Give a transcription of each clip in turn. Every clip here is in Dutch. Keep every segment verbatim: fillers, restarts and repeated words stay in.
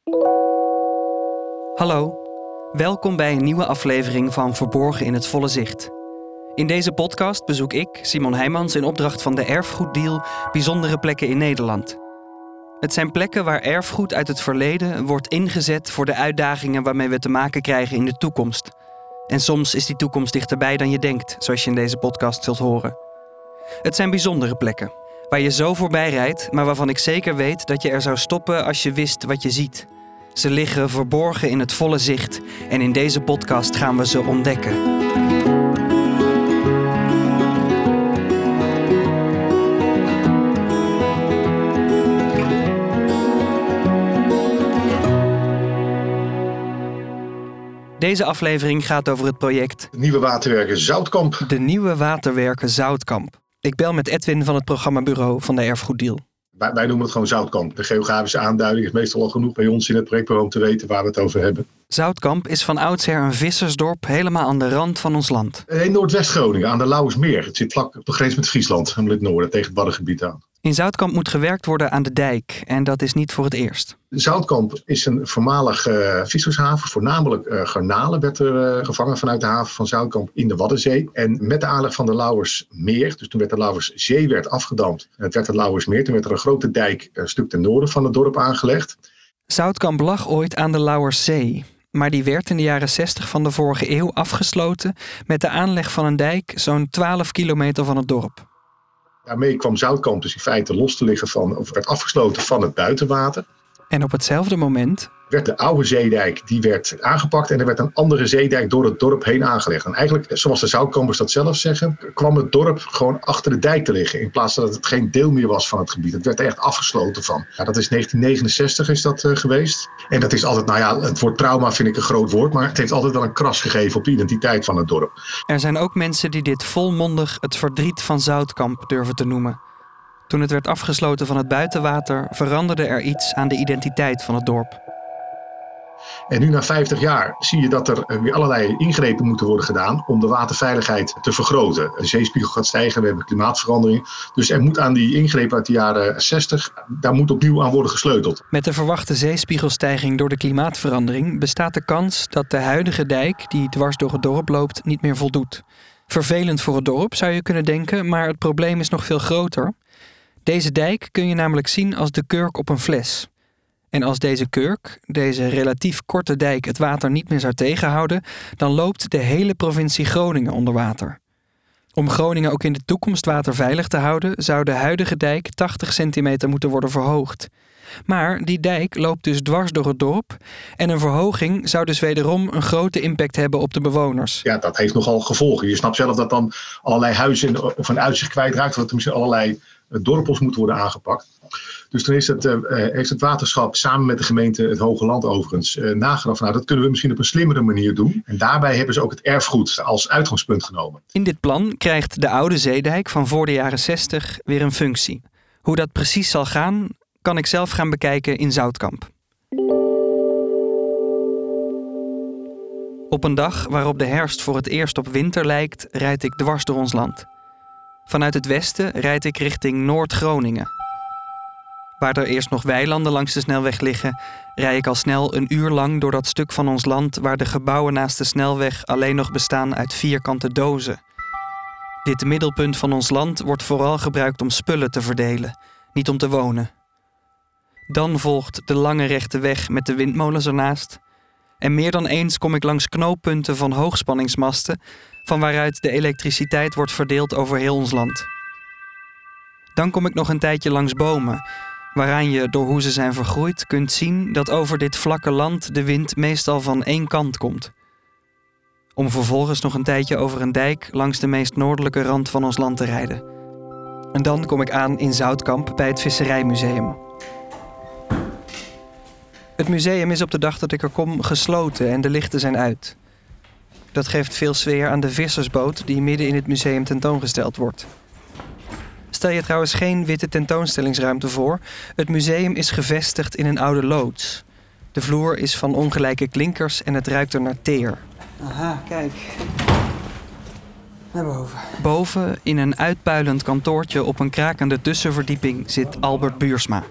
Hallo, welkom bij een nieuwe aflevering van Verborgen in het Volle Zicht. In deze podcast bezoek ik, Simon Heijmans, in opdracht van de Erfgoeddeal bijzondere plekken in Nederland. Het zijn plekken waar erfgoed uit het verleden wordt ingezet voor de uitdagingen waarmee we te maken krijgen in de toekomst. En soms is die toekomst dichterbij dan je denkt, zoals je in deze podcast zult horen. Het zijn bijzondere plekken, waar je zo voorbij rijdt, maar waarvan ik zeker weet dat je er zou stoppen als je wist wat je ziet. Ze liggen verborgen in het volle zicht en in deze podcast gaan we ze ontdekken. Deze aflevering gaat over het project De Nieuwe Waterwerken Zoutkamp. De Nieuwe Waterwerken Zoutkamp. Ik bel met Edwin van het programmabureau van de Erfgoeddeal. Wij, wij noemen het gewoon Zoutkamp. De geografische aanduiding is meestal al genoeg bij ons in het projectbureau om te weten waar we het over hebben. Zoutkamp is van oudsher een vissersdorp helemaal aan de rand van ons land. In Noordwest-Groningen, aan de Lauwersmeer. Het zit vlak op de grens met Friesland, helemaal in het noorden, tegen het Waddengebied aan. In Zoutkamp moet gewerkt worden aan de dijk en dat is niet voor het eerst. Zoutkamp is een voormalig uh, vissershaven. Voornamelijk uh, garnalen werd er uh, gevangen vanuit de haven van Zoutkamp in de Waddenzee. En met de aanleg van de Lauwersmeer, dus toen werd de Lauwerszee werd afgedamd. En het werd de Lauwersmeer, toen werd er een grote dijk een stuk ten noorden van het dorp aangelegd. Zoutkamp lag ooit aan de Lauwerszee. Maar die werd in de jaren zestig van de vorige eeuw afgesloten met de aanleg van een dijk zo'n twaalf kilometer van het dorp. Daarmee kwam Zoutkamp dus in feite los te liggen van, of werd afgesloten van het buitenwater. En op hetzelfde moment werd de oude zeedijk die werd aangepakt en er werd een andere zeedijk door het dorp heen aangelegd. En eigenlijk, zoals de Zoutkampers dat zelf zeggen, kwam het dorp gewoon achter de dijk te liggen. In plaats dat het geen deel meer was van het gebied. Het werd er echt afgesloten van. Ja, dat is negentien negenenzestig is dat uh, geweest. En dat is altijd, nou ja, het woord trauma vind ik een groot woord, maar het heeft altijd wel een kras gegeven op de identiteit van het dorp. Er zijn ook mensen die dit volmondig het verdriet van Zoutkamp durven te noemen. Toen het werd afgesloten van het buitenwater, veranderde er iets aan de identiteit van het dorp. En nu na vijftig jaar zie je dat er weer allerlei ingrepen moeten worden gedaan om de waterveiligheid te vergroten. De zeespiegel gaat stijgen, we hebben klimaatverandering. Dus er moet aan die ingrepen uit de jaren zestig, daar moet opnieuw aan worden gesleuteld. Met de verwachte zeespiegelstijging door de klimaatverandering bestaat de kans dat de huidige dijk die dwars door het dorp loopt niet meer voldoet. Vervelend voor het dorp zou je kunnen denken, maar het probleem is nog veel groter. Deze dijk kun je namelijk zien als de kurk op een fles. En als deze kurk, deze relatief korte dijk, het water niet meer zou tegenhouden, dan loopt de hele provincie Groningen onder water. Om Groningen ook in de toekomst waterveilig te houden, zou de huidige dijk tachtig centimeter moeten worden verhoogd. Maar die dijk loopt dus dwars door het dorp en een verhoging zou dus wederom een grote impact hebben op de bewoners. Ja, dat heeft nogal gevolgen. Je snapt zelf dat dan allerlei huizen of een uitzicht kwijtraakt, dat er misschien allerlei dorpels moeten worden aangepakt. Dus toen is het, uh, heeft het waterschap samen met de gemeente het Hoge Land overigens uh, nagedacht. Nou, dat kunnen we misschien op een slimmere manier doen. En daarbij hebben ze ook het erfgoed als uitgangspunt genomen. In dit plan krijgt de oude zeedijk van voor de jaren zestig weer een functie. Hoe dat precies zal gaan, kan ik zelf gaan bekijken in Zoutkamp. Op een dag waarop de herfst voor het eerst op winter lijkt, rijd ik dwars door ons land. Vanuit het westen rijd ik richting Noord-Groningen. Waar er eerst nog weilanden langs de snelweg liggen, rij ik al snel een uur lang door dat stuk van ons land waar de gebouwen naast de snelweg alleen nog bestaan uit vierkante dozen. Dit middelpunt van ons land wordt vooral gebruikt om spullen te verdelen, niet om te wonen. Dan volgt de lange rechte weg met de windmolens ernaast. En meer dan eens kom ik langs knooppunten van hoogspanningsmasten, van waaruit de elektriciteit wordt verdeeld over heel ons land. Dan kom ik nog een tijdje langs bomen, waaraan je door hoe ze zijn vergroeid kunt zien dat over dit vlakke land de wind meestal van één kant komt. Om vervolgens nog een tijdje over een dijk langs de meest noordelijke rand van ons land te rijden. En dan kom ik aan in Zoutkamp bij het Visserijmuseum. Het museum is op de dag dat ik er kom gesloten en de lichten zijn uit. Dat geeft veel sfeer aan de vissersboot die midden in het museum tentoongesteld wordt. Stel je trouwens geen witte tentoonstellingsruimte voor. Het museum is gevestigd in een oude loods. De vloer is van ongelijke klinkers en het ruikt er naar teer. Aha, kijk. Naar boven. Boven, in een uitpuilend kantoortje op een krakende tussenverdieping, zit Albert Buursma.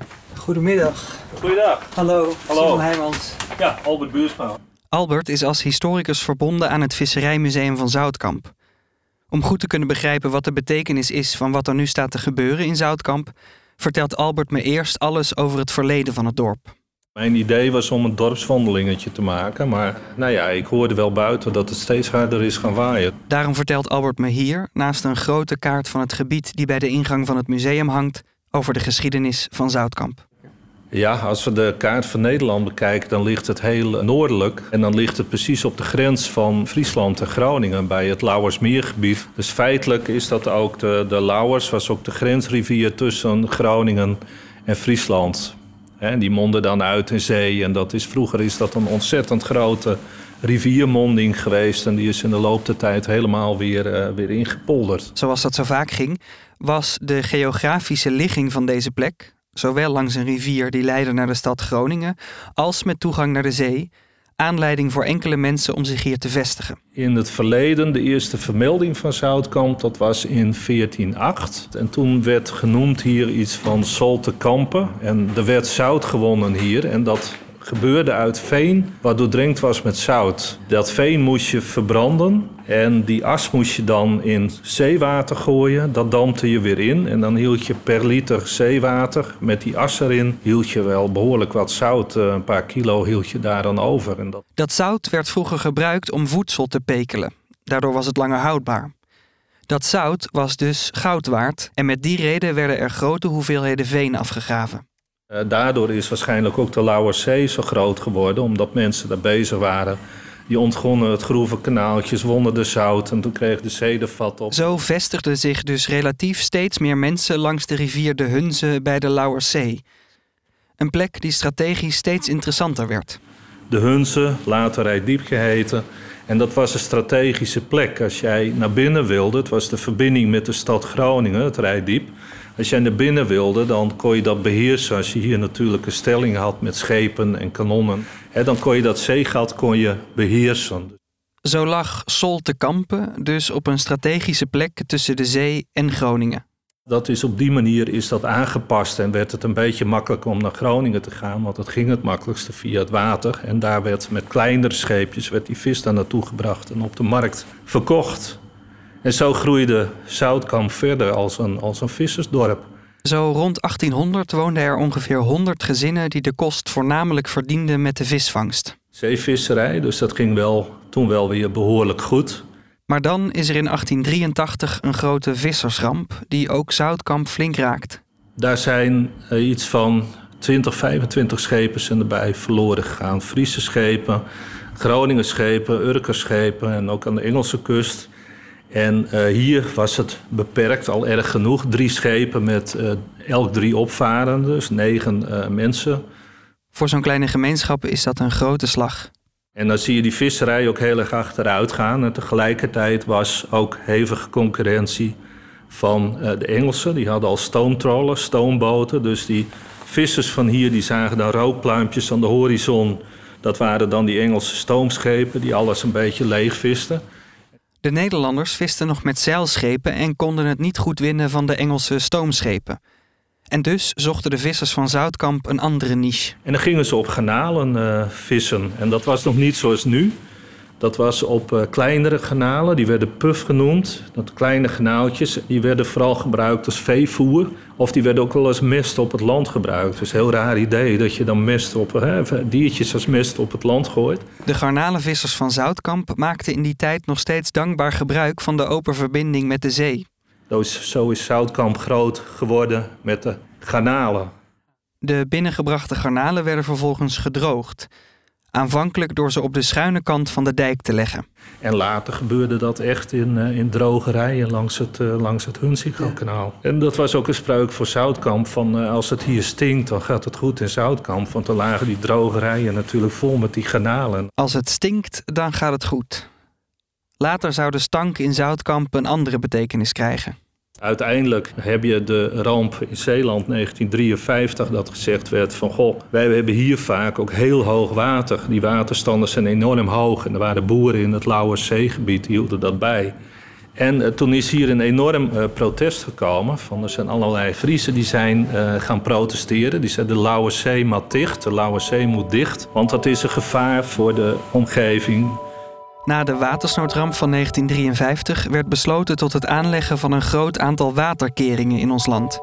Goedemiddag. Goeiedag. Hallo, Hallo. Simon Heijmans. Ja, Albert Buursma. Albert is als historicus verbonden aan het Visserijmuseum van Zoutkamp. Om goed te kunnen begrijpen wat de betekenis is van wat er nu staat te gebeuren in Zoutkamp, vertelt Albert me eerst alles over het verleden van het dorp. Mijn idee was om een dorpswandelingetje te maken, maar nou ja, ik hoorde wel buiten dat het steeds harder is gaan waaien. Daarom vertelt Albert me hier, naast een grote kaart van het gebied die bij de ingang van het museum hangt, over de geschiedenis van Zoutkamp. Ja, als we de kaart van Nederland bekijken, dan ligt het heel noordelijk. En dan ligt het precies op de grens van Friesland en Groningen, bij het Lauwersmeergebied. Dus feitelijk is dat ook de, de Lauwers, was ook de grensrivier tussen Groningen en Friesland. En die mondde dan uit in zee. En dat is, vroeger is dat een ontzettend grote riviermonding geweest. En die is in de loop der tijd helemaal weer, uh, weer ingepolderd. Zoals dat zo vaak ging, was de geografische ligging van deze plek, zowel langs een rivier die leidde naar de stad Groningen, als met toegang naar de zee, aanleiding voor enkele mensen om zich hier te vestigen. In het verleden, de eerste vermelding van Zoutkamp, dat was in veertien acht. En toen werd genoemd hier iets van Soltekampen. En er werd zout gewonnen hier en dat gebeurde uit veen wat doordrenkt was met zout. Dat veen moest je verbranden en die as moest je dan in zeewater gooien. Dat dampte je weer in en dan hield je per liter zeewater met die as erin, hield je wel behoorlijk wat zout. Een paar kilo hield je daar dan over. En dat... dat zout werd vroeger gebruikt om voedsel te pekelen. Daardoor was het langer houdbaar. Dat zout was dus goud waard en met die reden werden er grote hoeveelheden veen afgegraven. Daardoor is waarschijnlijk ook de Lauwerszee zo groot geworden, omdat mensen daar bezig waren. Die ontgonnen het groeven kanaaltjes, wonnen de zout en toen kreeg de zee er vat op. Zo vestigden zich dus relatief steeds meer mensen langs de rivier de Hunze bij de Lauwerszee. Een plek die strategisch steeds interessanter werd. De Hunze, later Reitdiep geheten. En dat was een strategische plek. Als jij naar binnen wilde, het was de verbinding met de stad Groningen, het Reitdiep. Als jij naar binnen wilde, dan kon je dat beheersen. Als je hier natuurlijk een stelling had met schepen en kanonnen, hè, dan kon je dat zeegat kon je beheersen. Zo lag Soltekampen dus op een strategische plek tussen de zee en Groningen. Dat is op die manier is dat aangepast en werd het een beetje makkelijker om naar Groningen te gaan, want het ging het makkelijkste via het water. En daar werd met kleinere scheepjes werd die vis daar naartoe gebracht en op de markt verkocht. En zo groeide Zoutkamp verder als een, als een vissersdorp. Zo rond achttienhonderd woonden er ongeveer honderd gezinnen die de kost voornamelijk verdienden met de visvangst. Zeevisserij, dus dat ging wel, toen wel weer behoorlijk goed. Maar dan is er in achttien drieëntachtig een grote vissersramp die ook Zoutkamp flink raakt. Daar zijn uh, iets van twintig, vijfentwintig schepen zijn erbij verloren gegaan. Friese schepen, Groningen schepen, Urkerschepen en ook aan de Engelse kust. En uh, hier was het beperkt al erg genoeg. Drie schepen met uh, elk drie opvarenden, dus negen uh, mensen. Voor zo'n kleine gemeenschap is dat een grote slag. En dan zie je die visserij ook heel erg achteruit gaan. En tegelijkertijd was ook hevige concurrentie van uh, de Engelsen. Die hadden al stoomtrollers, stoomboten. Dus die vissers van hier die zagen dan rookpluimpjes aan de horizon. Dat waren dan die Engelse stoomschepen die alles een beetje leegvisten. De Nederlanders visten nog met zeilschepen en konden het niet goed winnen van de Engelse stoomschepen. En dus zochten de vissers van Zoutkamp een andere niche. En dan gingen ze op garnalen uh, vissen. En dat was nog niet zoals nu. Dat was op uh, kleinere garnalen, die werden puf genoemd. Dat kleine garnaaltjes, die werden vooral gebruikt als veevoer. Of die werden ook wel als mest op het land gebruikt. Dus een heel raar idee dat je dan mest op, hè, diertjes als mest op het land gooit. De garnalenvissers van Zoutkamp maakten in die tijd nog steeds dankbaar gebruik van de open verbinding met de zee. Zo is, zo is Zoutkamp groot geworden met de garnalen. De binnengebrachte garnalen werden vervolgens gedroogd. Aanvankelijk door ze op de schuine kant van de dijk te leggen. En later gebeurde dat echt in, uh, in drogerijen langs het, uh, langs het Hunsingokanaal. Ja. En dat was ook een spreuk voor Zoutkamp van uh, als het hier stinkt, dan gaat het goed in Zoutkamp. Want dan lagen die drogerijen natuurlijk vol met die garnalen. Als het stinkt, dan gaat het goed. Later zou de stank in Zoutkamp een andere betekenis krijgen. Uiteindelijk heb je de ramp in Zeeland negentien drieënvijftig dat gezegd werd van goh, wij hebben hier vaak ook heel hoog water. Die waterstanden zijn enorm hoog en er waren boeren in het Lauwerszeegebied, die hielden dat bij. En uh, toen is hier een enorm uh, protest gekomen. Van, er zijn allerlei Friezen die zijn uh, gaan protesteren. Die zeiden de Lauwerszee moet dicht, de Lauwerszee moet dicht. Want dat is een gevaar voor de omgeving. Na de watersnoodramp van negentien drieënvijftig werd besloten tot het aanleggen van een groot aantal waterkeringen in ons land.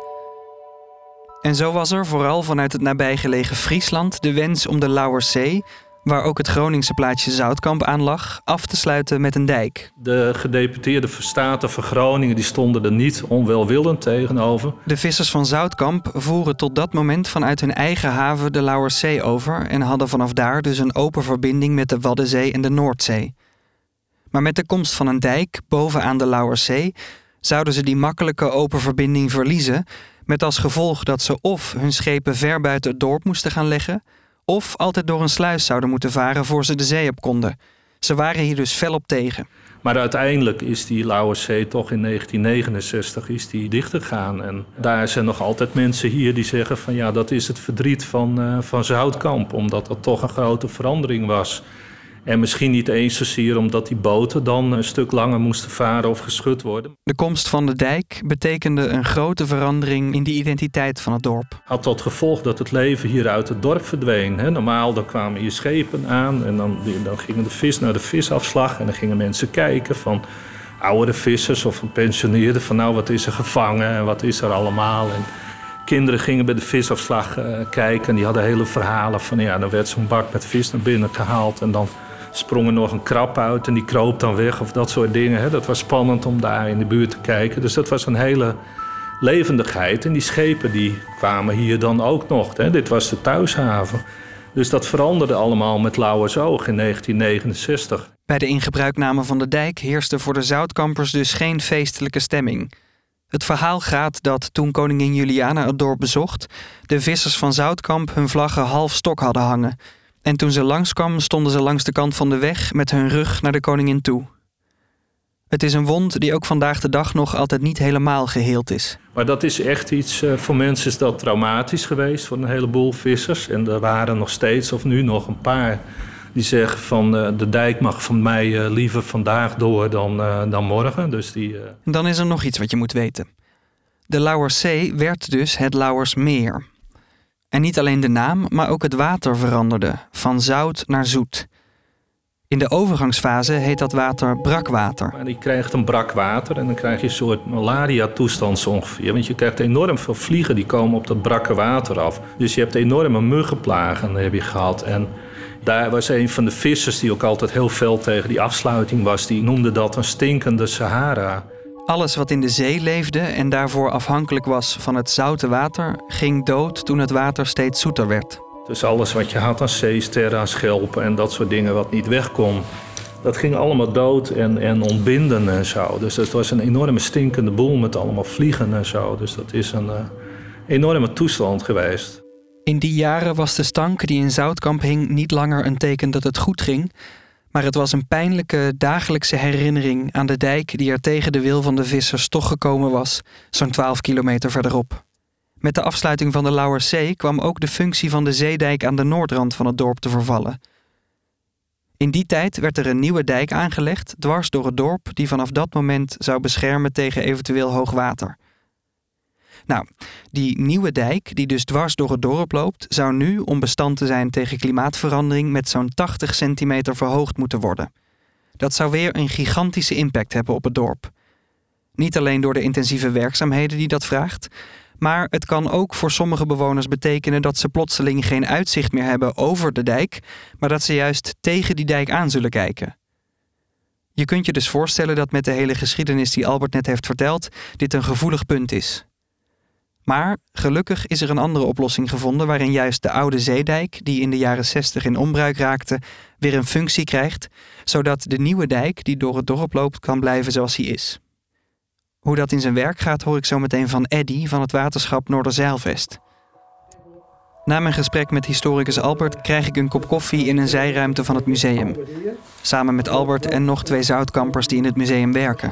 En zo was er vooral vanuit het nabijgelegen Friesland de wens om de Lauwerszee, waar ook het Groningse plaatsje Zoutkamp aan lag, af te sluiten met een dijk. De gedeputeerde Staten van Groningen die stonden er niet onwelwillend tegenover. De vissers van Zoutkamp voeren tot dat moment vanuit hun eigen haven de Lauwerszee over en hadden vanaf daar dus een open verbinding met de Waddenzee en de Noordzee. Maar met de komst van een dijk bovenaan de Lauwerszee zouden ze die makkelijke open verbinding verliezen, met als gevolg dat ze of hun schepen ver buiten het dorp moesten gaan leggen, of altijd door een sluis zouden moeten varen voor ze de zee op konden. Ze waren hier dus fel op tegen. Maar uiteindelijk is die Lauwerszee toch in negentien negenenzestig is die dichtgegaan. En daar zijn nog altijd mensen hier die zeggen van ja, dat is het verdriet van, uh, van Zoutkamp. Omdat dat toch een grote verandering was. En misschien niet eens zozeer omdat die boten dan een stuk langer moesten varen of geschud worden. De komst van de dijk betekende een grote verandering in de identiteit van het dorp. Had tot gevolg dat het leven hier uit het dorp verdween. Hè. Normaal dan kwamen hier schepen aan en dan, dan gingen de vis naar de visafslag. En dan gingen mensen kijken van oudere vissers of gepensioneerden. Van nou, wat is er gevangen en wat is er allemaal. En kinderen gingen bij de visafslag uh, kijken en die hadden hele verhalen van ja, dan werd zo'n bak met vis naar binnen gehaald en dan sprong er nog een krab uit en die kroop dan weg of dat soort dingen. Hè. Dat was spannend om daar in de buurt te kijken. Dus dat was een hele levendigheid. En die schepen die kwamen hier dan ook nog. Hè. Dit was de thuishaven. Dus dat veranderde allemaal met Lauwersoog in negentien negenenzestig. Bij de ingebruikname van de dijk heerste voor de Zoutkampers dus geen feestelijke stemming. Het verhaal gaat dat toen koningin Juliana het dorp bezocht, de vissers van Zoutkamp hun vlaggen half stok hadden hangen. En toen ze langskwam, stonden ze langs de kant van de weg met hun rug naar de koningin toe. Het is een wond die ook vandaag de dag nog altijd niet helemaal geheeld is. Maar dat is echt iets, uh, voor mensen is dat traumatisch geweest, voor een heleboel vissers. En er waren nog steeds, of nu nog een paar, die zeggen van uh, de dijk mag van mij uh, liever vandaag door dan, uh, dan morgen. Dus die, uh... Dan is er nog iets wat je moet weten. De Lauwerszee werd dus het Lauwersmeer. En niet alleen de naam, maar ook het water veranderde, van zout naar zoet. In de overgangsfase heet dat water brakwater. Maar je krijgt een brakwater en dan krijg je een soort malaria-toestand zo ongeveer. Want je krijgt enorm veel vliegen die komen op dat brakke water af. Dus je hebt enorme muggenplagen heb je gehad. En daar was een van de vissers die ook altijd heel fel tegen die afsluiting was. Die noemde dat een stinkende Sahara. Alles wat in de zee leefde en daarvoor afhankelijk was van het zoute water, ging dood toen het water steeds zoeter werd. Dus alles wat je had aan zeesterren, aan schelpen en dat soort dingen wat niet weg kon, dat ging allemaal dood en, en ontbinden en zo. Dus het was een enorme stinkende boel met allemaal vliegen en zo. Dus dat is een uh, enorme toestand geweest. In die jaren was de stank die in Zoutkamp hing niet langer een teken dat het goed ging, maar het was een pijnlijke dagelijkse herinnering aan de dijk die er tegen de wil van de vissers toch gekomen was, zo'n twaalf kilometer verderop. Met de afsluiting van de Lauwerszee kwam ook de functie van de zeedijk aan de noordrand van het dorp te vervallen. In die tijd werd er een nieuwe dijk aangelegd, dwars door het dorp, die vanaf dat moment zou beschermen tegen eventueel hoogwater. Nou, die nieuwe dijk, die dus dwars door het dorp loopt, zou nu, om bestand te zijn tegen klimaatverandering, met zo'n tachtig centimeter verhoogd moeten worden. Dat zou weer een gigantische impact hebben op het dorp. Niet alleen door de intensieve werkzaamheden die dat vraagt, maar het kan ook voor sommige bewoners betekenen dat ze plotseling geen uitzicht meer hebben over de dijk, maar dat ze juist tegen die dijk aan zullen kijken. Je kunt je dus voorstellen dat met de hele geschiedenis die Albert net heeft verteld, dit een gevoelig punt is. Maar gelukkig is er een andere oplossing gevonden waarin juist de oude zeedijk, die in de jaren zestig in onbruik raakte, weer een functie krijgt, zodat de nieuwe dijk die door het dorp loopt kan blijven zoals hij is. Hoe dat in zijn werk gaat hoor ik zo meteen van Eddy van het waterschap Noorderzeilvest. Na mijn gesprek met historicus Albert krijg ik een kop koffie in een zijruimte van het museum. Samen met Albert en nog twee Zoutkampers die in het museum werken.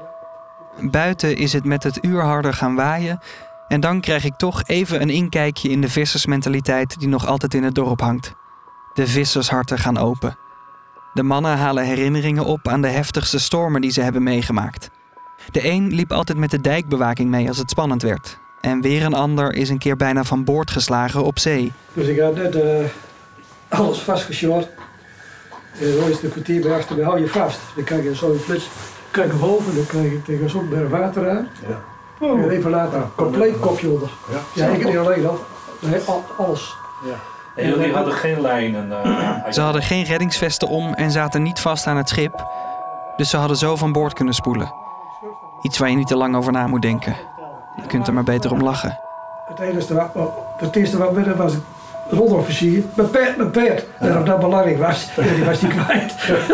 Buiten is het met het uur harder gaan waaien en dan krijg ik toch even een inkijkje in de vissersmentaliteit die nog altijd in het dorp hangt. De vissersharten gaan open. De mannen halen herinneringen op aan de heftigste stormen die ze hebben meegemaakt. De een liep altijd met de dijkbewaking mee als het spannend werd. En weer een ander is een keer bijna van boord geslagen op zee. Dus ik had net uh, alles vastgesjord. En dan is de kwartier bij achter, hou je vast. Dan krijg je zo'n flits, kijk naar boven, dan krijg je tegen zo'n berg water aan. Ja. Oh. En even later, compleet kopje onder. Ja, ja ik niet alleen dat, alles. Ja. En jullie hadden geen lijnen? Uh, ze hadden geen reddingsvesten om en zaten niet vast aan het schip. Dus ze hadden zo van boord kunnen spoelen. Iets waar je niet te lang over na moet denken. Je kunt er maar beter om lachen. Het enige wat, het eerste wat binnen was een onderofficier. Mijn pet, mijn pet. En of dat belangrijk was, die was die kwijt.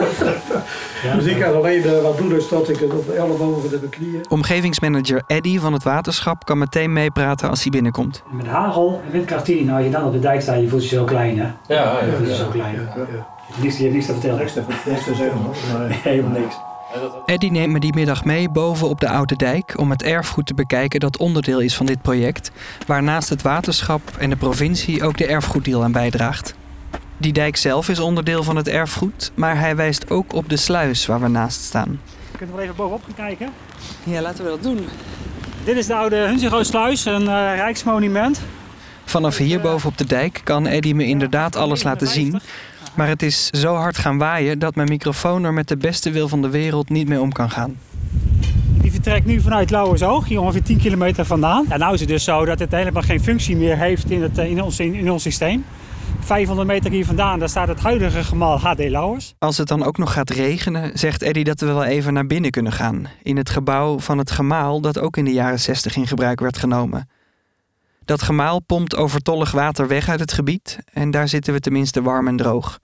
Ja, dus ik had alleen uh, wat doen, dus stond ik op de ellebogen en de knieën. Omgevingsmanager Eddy van het waterschap kan meteen meepraten als hij binnenkomt. Met hagel en windkracht tien, nou, als je dan op de dijk staat, je voelt je zo klein, hè? Ja, ja, je voelt je ja, zo klein. Ja, ja. Je hebt niks, je hebt niks te vertellen. Niks te, niks te zeggen, hoor. Nee, helemaal niks. Eddy neemt me die middag mee boven op de Oude Dijk om het erfgoed te bekijken dat onderdeel is van dit project, waar naast het waterschap en de provincie ook de erfgoeddeal aan bijdraagt. Die dijk zelf is onderdeel van het erfgoed, maar hij wijst ook op de sluis waar we naast staan. Kunnen we wel even bovenop gaan kijken? Ja, laten we dat doen. Dit is de oude Hunsingosluis, een uh, rijksmonument. Vanaf hier boven op de dijk kan Eddy me inderdaad alles laten zien. Maar het is zo hard gaan waaien dat mijn microfoon er met de beste wil van de wereld niet mee om kan gaan. Die vertrekt nu vanuit Lauwersoog, hier ongeveer tien kilometer vandaan. En nou is het dus zo dat het helemaal geen functie meer heeft in, het, in, ons, in, in ons systeem. vijfhonderd meter hier vandaan, daar staat het huidige gemaal H D Lauwers. Als het dan ook nog gaat regenen, zegt Eddy dat we wel even naar binnen kunnen gaan. In het gebouw van het gemaal dat ook in de jaren zestig in gebruik werd genomen. Dat gemaal pompt overtollig water weg uit het gebied en daar zitten we tenminste warm en droog.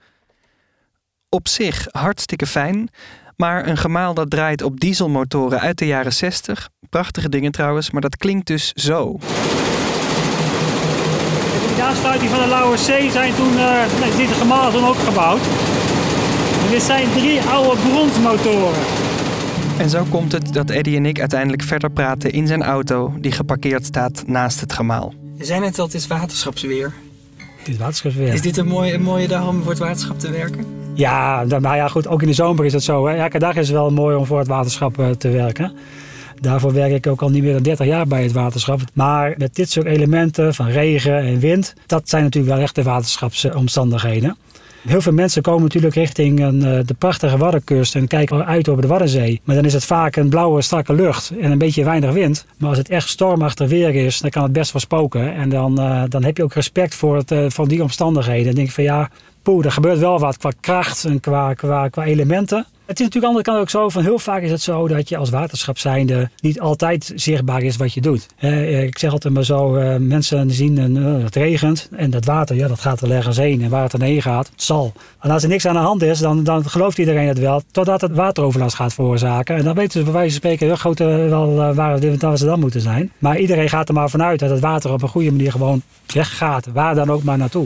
Op zich hartstikke fijn, maar een gemaal dat draait op dieselmotoren uit de jaren zestig. Prachtige dingen trouwens, maar dat klinkt dus zo. De aansluiting van de Lauwerszee zijn toen, uh, nee, dit gemaal toen ook gebouwd. En dit zijn drie oude bronsmotoren. En zo komt het dat Eddy en ik uiteindelijk verder praten in zijn auto die geparkeerd staat naast het gemaal. Je zei net al, het is waterschapsweer. Het is waterschapsweer. Is dit een mooie, een mooie dag om voor het waterschap te werken? Ja, nou ja, goed, ook in de zomer is het zo. Hè. Elke dag is het wel mooi om voor het waterschap uh, te werken. Daarvoor werk ik ook al niet meer dan dertig jaar bij het waterschap. Maar met dit soort elementen van regen en wind, dat zijn natuurlijk wel echt de waterschapsomstandigheden. Heel veel mensen komen natuurlijk richting een, de prachtige Waddenkust en kijken uit over de Waddenzee. Maar dan is het vaak een blauwe, strakke lucht en een beetje weinig wind. Maar als het echt stormachtig weer is, dan kan het best wel spoken. En dan, uh, dan heb je ook respect voor, het, uh, voor die omstandigheden. Dan denk je van ja, poeh, er gebeurt wel wat qua kracht en qua, qua, qua elementen. Het is natuurlijk aan de andere kant ook zo, van heel vaak is het zo dat je als waterschap zijnde niet altijd zichtbaar is wat je doet. Eh, ik zeg altijd maar zo, uh, mensen zien uh, het regent en dat water, ja, dat gaat er ergens heen. En waar het heen gaat, het zal. En als er niks aan de hand is, dan, dan gelooft iedereen het wel, totdat het wateroverlast gaat veroorzaken. En dan weten ze bij wijze van spreken heel goed uh, wel uh, waar, waar ze dan moeten zijn. Maar iedereen gaat er maar vanuit dat het water op een goede manier gewoon weggaat, waar dan ook maar naartoe.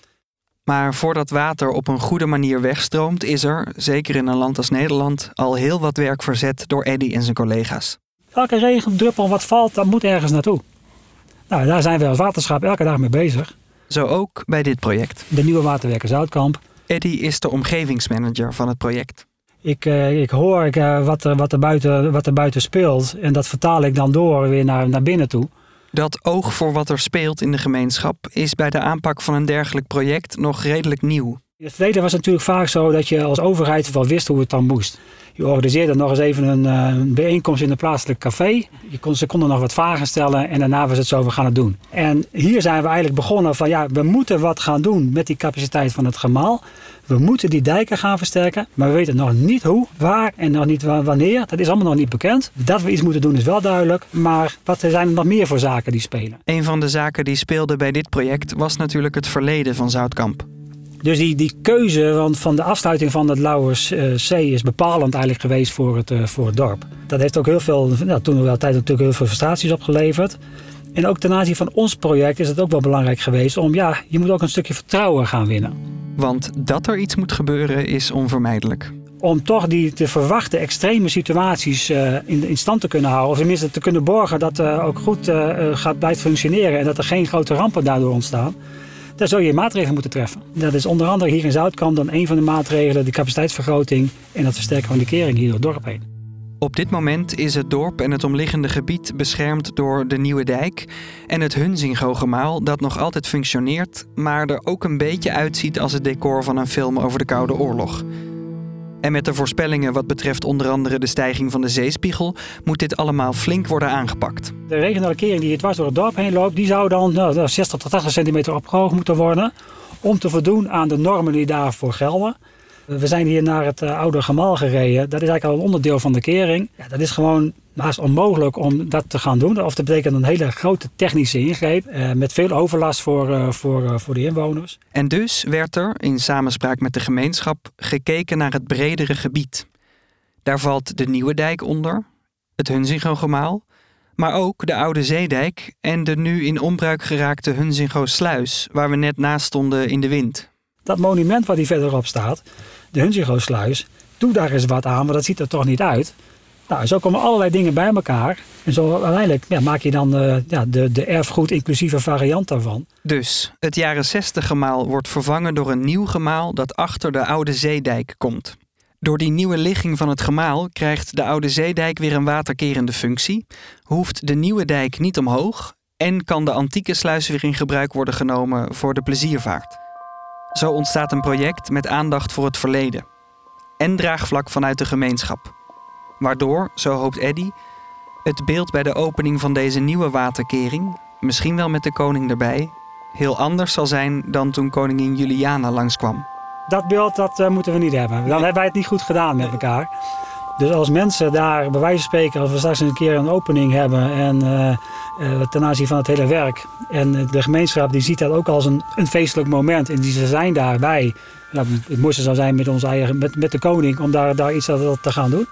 Maar voordat water op een goede manier wegstroomt, is er, zeker in een land als Nederland, al heel wat werk verzet door Eddy en zijn collega's. Elke regendruppel wat valt, dat moet ergens naartoe. Nou, daar zijn we als waterschap elke dag mee bezig. Zo ook bij dit project. De nieuwe waterwerken Zoutkamp. Eddy is de omgevingsmanager van het project. Ik, uh, ik hoor uh, wat, er, wat, er buiten, wat er buiten speelt en dat vertaal ik dan door weer naar, naar binnen toe. Dat oog voor wat er speelt in de gemeenschap is bij de aanpak van een dergelijk project nog redelijk nieuw. In het verleden was het natuurlijk vaak zo dat je als overheid wel wist hoe het dan moest. Je organiseerde nog eens even een uh, bijeenkomst in een plaatselijk café. Je kon, ze konden nog wat vragen stellen en daarna was het zo, we gaan het doen. En hier zijn we eigenlijk begonnen van ja, we moeten wat gaan doen met die capaciteit van het gemaal. We moeten die dijken gaan versterken, maar we weten nog niet hoe, waar en nog niet wanneer. Dat is allemaal nog niet bekend. Dat we iets moeten doen is wel duidelijk, maar wat zijn er nog meer voor zaken die spelen? Een van de zaken die speelden bij dit project was natuurlijk het verleden van Zoutkamp. Dus die, die keuze van, van de afsluiting van het Lauwerszee uh, is bepalend eigenlijk geweest voor het, uh, voor het dorp. Dat heeft ook heel veel, nou, toen wel tijd natuurlijk heel veel frustraties opgeleverd. En ook ten aanzien van ons project is het ook wel belangrijk geweest om, ja, je moet ook een stukje vertrouwen gaan winnen. Want dat er iets moet gebeuren is onvermijdelijk. Om toch die te verwachten extreme situaties uh, in, in stand te kunnen houden. Of tenminste te kunnen borgen dat het uh, ook goed uh, gaat blijven functioneren. En dat er geen grote rampen daardoor ontstaan. Daar zul je maatregelen moeten treffen. Dat is onder andere hier in Zoutkamp dan een van de maatregelen, de capaciteitsvergroting en het versterken van de kering hier door het dorp heen. Op dit moment is het dorp en het omliggende gebied beschermd door de Nieuwe Dijk en het Hunzingogemaal dat nog altijd functioneert, maar er ook een beetje uitziet als het decor van een film over de Koude Oorlog. En met de voorspellingen wat betreft onder andere de stijging van de zeespiegel moet dit allemaal flink worden aangepakt. De regionale kering die dwars door het dorp heen loopt, die zou dan nou, zestig tot tachtig centimeter opgehoogd moeten worden om te voldoen aan de normen die daarvoor gelden. We zijn hier naar het uh, oude gemaal gereden. Dat is eigenlijk al een onderdeel van de kering. Ja, dat is gewoon naast onmogelijk om dat te gaan doen. Of dat betekent een hele grote technische ingreep. Uh, met veel overlast voor, uh, voor, uh, voor de inwoners. En dus werd er, in samenspraak met de gemeenschap, gekeken naar het bredere gebied. Daar valt de Nieuwe Dijk onder, het Hunzingogemaal, maar ook de Oude Zeedijk en de nu in onbruik geraakte Hunzingosluis, waar we net naast stonden in de wind. Dat monument waar die verderop staat, de Hunzingosluis, doe daar eens wat aan, want dat ziet er toch niet uit. Nou, zo komen allerlei dingen bij elkaar. En zo uiteindelijk ja, maak je dan uh, ja, de, de erfgoed inclusieve variant daarvan. Dus het jaren zestig gemaal wordt vervangen door een nieuw gemaal dat achter de Oude Zeedijk komt. Door die nieuwe ligging van het gemaal krijgt de Oude Zeedijk weer een waterkerende functie, hoeft de Nieuwe Dijk niet omhoog en kan de antieke sluis weer in gebruik worden genomen voor de pleziervaart. Zo ontstaat een project met aandacht voor het verleden en draagvlak vanuit de gemeenschap. Waardoor, zo hoopt Eddy, het beeld bij de opening van deze nieuwe waterkering, misschien wel met de koning erbij, heel anders zal zijn dan toen koningin Juliana langskwam. Dat beeld dat, uh, moeten we niet hebben. Dan hebben wij het niet goed gedaan met elkaar. Dus als mensen daar, bij wijze van spreken, als we straks een keer een opening hebben en uh, uh, ten aanzien van het hele werk. En de gemeenschap die ziet dat ook als een, een feestelijk moment en die ze zijn daarbij. Nou, het mooiste zou zijn met, onze eigen, met, met de koning om daar, daar iets te gaan doen.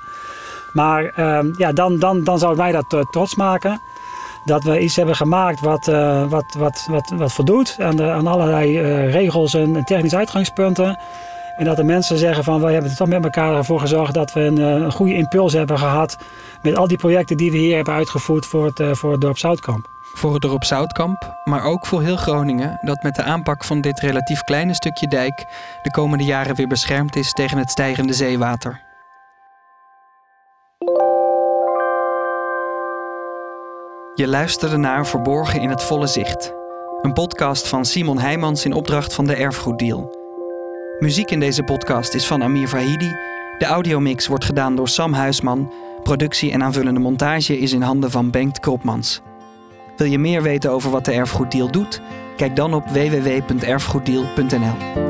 Maar uh, ja, dan, dan, dan zou mij dat uh, trots maken. Dat we iets hebben gemaakt wat, uh, wat, wat, wat, wat voldoet aan, de, aan allerlei uh, regels en, en technische uitgangspunten. En dat de mensen zeggen van wij hebben er toch met elkaar ervoor gezorgd dat we een, een goede impuls hebben gehad met al die projecten die we hier hebben uitgevoerd voor het, uh, voor het dorp Zoutkamp. Voor het dorp Zoutkamp, maar ook voor heel Groningen, dat met de aanpak van dit relatief kleine stukje dijk de komende jaren weer beschermd is tegen het stijgende zeewater. Je luisterde naar Verborgen in het volle zicht. Een podcast van Simon Heijmans in opdracht van de Erfgoeddeal. Muziek in deze podcast is van Amir Vahidi. De audiomix wordt gedaan door Sam Huisman. Productie en aanvullende montage is in handen van Bengt Kropmans. Wil je meer weten over wat de Erfgoeddeal doet? Kijk dan op w w w punt erfgoeddeal punt n l.